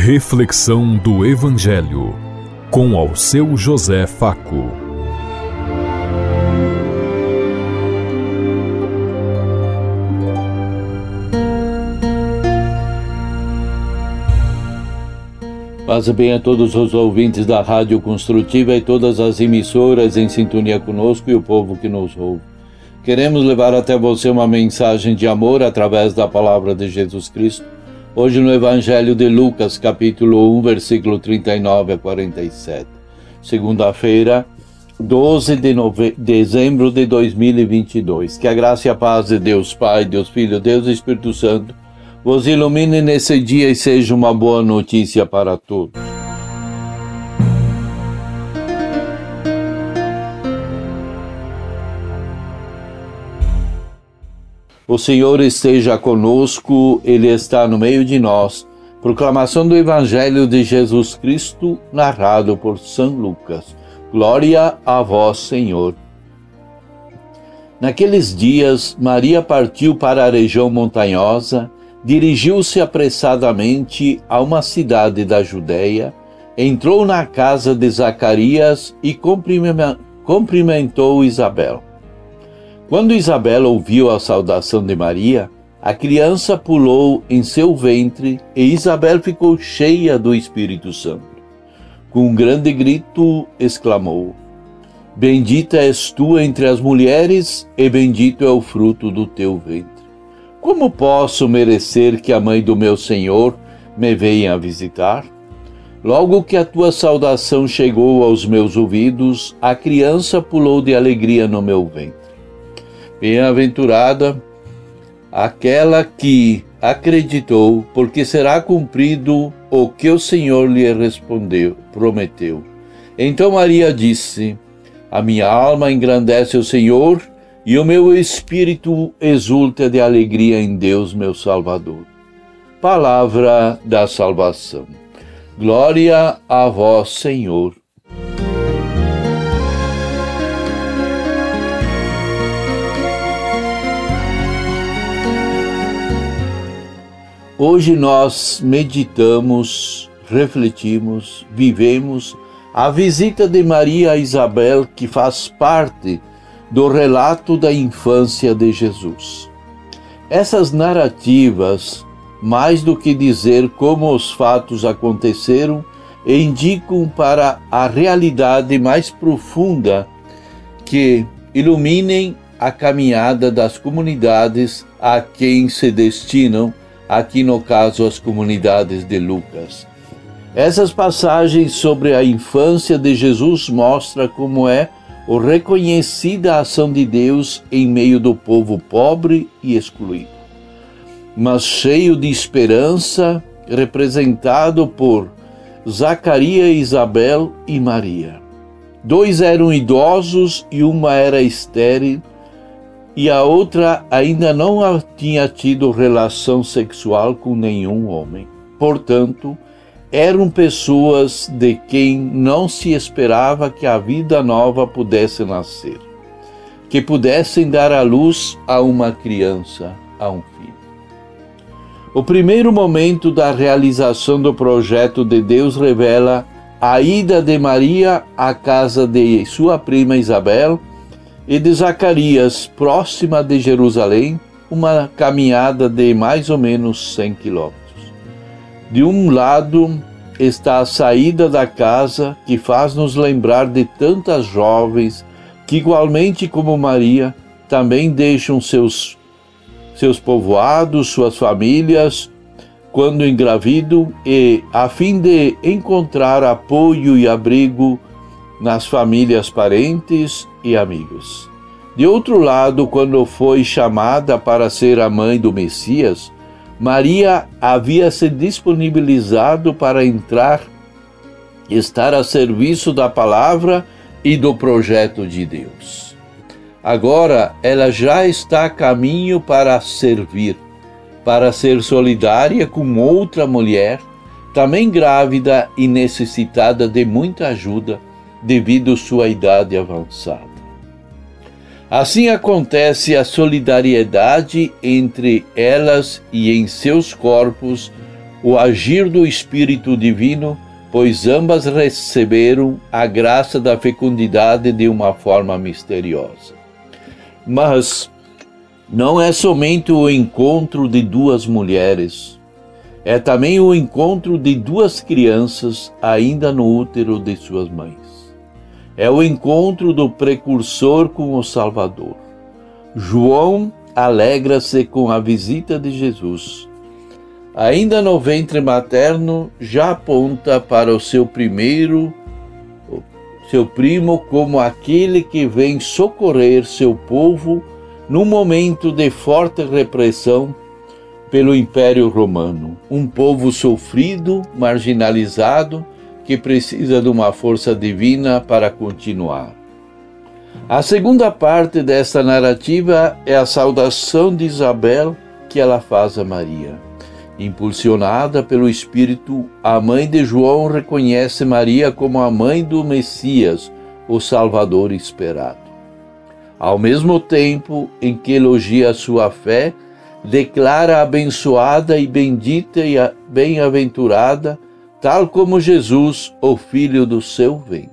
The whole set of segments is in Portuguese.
Reflexão do Evangelho, com Alceu José Faco. Paz e bem a todos os ouvintes da Rádio Construtiva e todas as emissoras em sintonia conosco e o povo que nos ouve. Queremos levar até você uma mensagem de amor através da palavra de Jesus Cristo. Hoje no Evangelho de Lucas, capítulo 1, versículo 39 a 47. Segunda-feira, 12 de dezembro de 2022. Que a graça e a paz de Deus Pai, Deus Filho, Deus Espírito Santo vos ilumine nesse dia e seja uma boa notícia para todos. O Senhor esteja conosco, Ele está no meio de nós. Proclamação do Evangelho de Jesus Cristo, narrado por São Lucas. Glória a vós, Senhor. Naqueles dias, Maria partiu para a região montanhosa, dirigiu-se apressadamente a uma cidade da Judéia, entrou na casa de Zacarias e cumprimentou Isabel. Quando Isabel ouviu a saudação de Maria, a criança pulou em seu ventre e Isabel ficou cheia do Espírito Santo. Com um grande grito, exclamou: Bendita és tu entre as mulheres e bendito é o fruto do teu ventre. Como posso merecer que a mãe do meu Senhor me venha visitar? Logo que a tua saudação chegou aos meus ouvidos, a criança pulou de alegria no meu ventre. Bem-aventurada aquela que acreditou, porque será cumprido o que o Senhor lhe prometeu. Então Maria disse: A minha alma engrandece o Senhor, e o meu espírito exulta de alegria em Deus, meu Salvador. Palavra da salvação. Glória a vós, Senhor. Hoje nós meditamos, refletimos, vivemos a visita de Maria a Isabel, que faz parte do relato da infância de Jesus. Essas narrativas, mais do que dizer como os fatos aconteceram, indicam para a realidade mais profunda que iluminem a caminhada das comunidades a quem se destinam, aqui no caso as comunidades de Lucas. Essas passagens sobre a infância de Jesus mostram como é a reconhecida ação de Deus em meio do povo pobre e excluído, mas cheio de esperança, representado por Zacarias, Isabel e Maria. Dois eram idosos e uma era estéril, e a outra ainda não tinha tido relação sexual com nenhum homem. Portanto, eram pessoas de quem não se esperava que a vida nova pudesse nascer, que pudessem dar à luz a uma criança, a um filho. O primeiro momento da realização do projeto de Deus revela a ida de Maria à casa de sua prima Isabel e de Zacarias, próxima de Jerusalém, uma caminhada de mais ou menos 100 quilômetros. De um lado está a saída da casa, que faz nos lembrar de tantas jovens que, igualmente como Maria, também deixam seus povoados, suas famílias, quando engravidam, e a fim de encontrar apoio e abrigo nas famílias parentes e amigos. De outro lado, quando foi chamada para ser a mãe do Messias, Maria havia se disponibilizado para estar a serviço da palavra e do projeto de Deus. Agora ela já está a caminho para servir, para ser solidária com outra mulher, também grávida e necessitada de muita ajuda devido à sua idade avançada. Assim acontece a solidariedade entre elas e em seus corpos o agir do Espírito Divino, pois ambas receberam a graça da fecundidade de uma forma misteriosa. Mas não é somente o encontro de duas mulheres, é também o encontro de duas crianças ainda no útero de suas mães. É o encontro do precursor com o Salvador. João alegra-se com a visita de Jesus. Ainda no ventre materno, já aponta para o seu primo como aquele que vem socorrer seu povo num momento de forte repressão pelo Império Romano. Um povo sofrido, marginalizado, que precisa de uma força divina para continuar. A segunda parte desta narrativa é a saudação de Isabel que ela faz a Maria. Impulsionada pelo Espírito, a mãe de João reconhece Maria como a mãe do Messias, o Salvador esperado. Ao mesmo tempo em que elogia a sua fé, declara abençoada e bendita e bem-aventurada, tal como Jesus, o filho do seu ventre.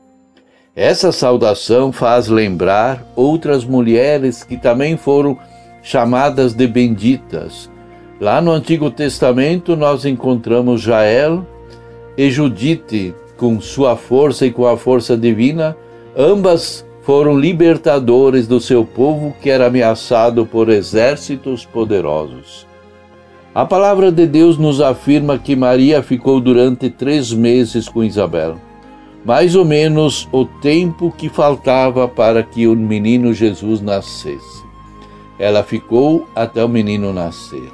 Essa saudação faz lembrar outras mulheres que também foram chamadas de benditas. Lá no Antigo Testamento nós encontramos Jael e Judite, com sua força e com a força divina, ambas foram libertadores do seu povo que era ameaçado por exércitos poderosos. A palavra de Deus nos afirma que Maria ficou durante 3 meses com Isabel, mais ou menos o tempo que faltava para que o menino Jesus nascesse. Ela ficou até o menino nascer.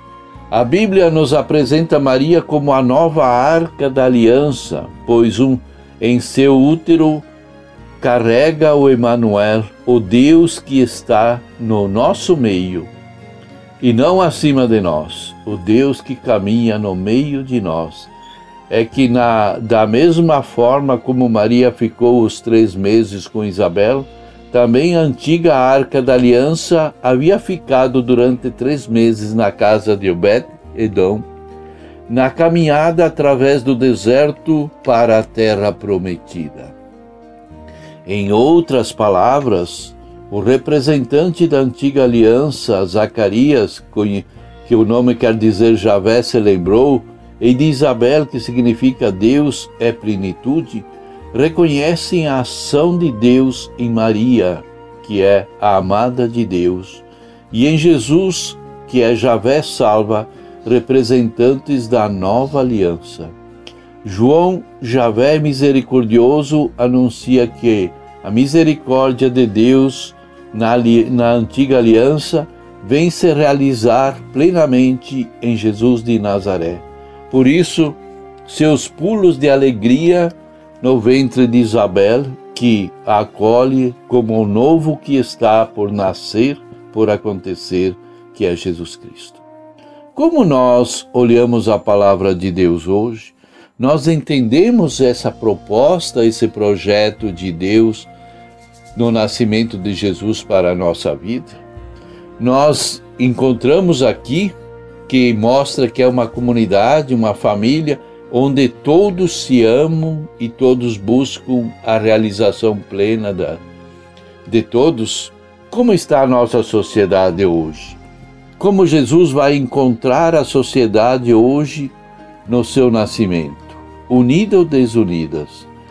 A Bíblia nos apresenta Maria como a nova arca da aliança, pois em seu útero carrega o Emanuel, o Deus que está no nosso meio, e não acima de nós, o Deus que caminha no meio de nós. É que da mesma forma como Maria ficou os 3 meses com Isabel, também a antiga Arca da Aliança havia ficado durante 3 meses na casa de Obed-Edom, na caminhada através do deserto para a terra prometida. Em outras palavras, o representante da antiga aliança, Zacarias, que o nome quer dizer Javé, se lembrou, e de Isabel, que significa Deus é plenitude, reconhecem a ação de Deus em Maria, que é a amada de Deus, e em Jesus, que é Javé salva, representantes da nova aliança. João, Javé misericordioso, anuncia que a misericórdia de Deus na antiga aliança vem se realizar plenamente em Jesus de Nazaré. Por isso, seus pulos de alegria no ventre de Isabel, que a acolhe como o novo que está por nascer, por acontecer, que é Jesus Cristo. Como nós olhamos a palavra de Deus hoje, nós entendemos essa proposta, esse projeto de Deus no nascimento de Jesus para a nossa vida. Nós encontramos aqui que mostra que é uma comunidade, uma família, onde todos se amam e todos buscam a realização plena de todos. Como está a nossa sociedade hoje? Como Jesus vai encontrar a sociedade hoje no seu nascimento? Unida ou desunida?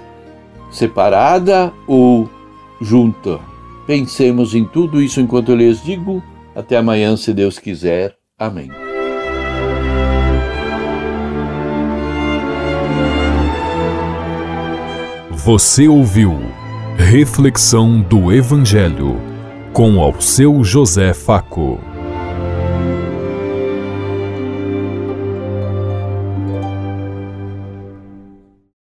Separada ou junta? Pensemos em tudo isso enquanto eu lhes digo. Até amanhã, se Deus quiser. Amém. Você ouviu Reflexão do Evangelho com ao seu José Faco.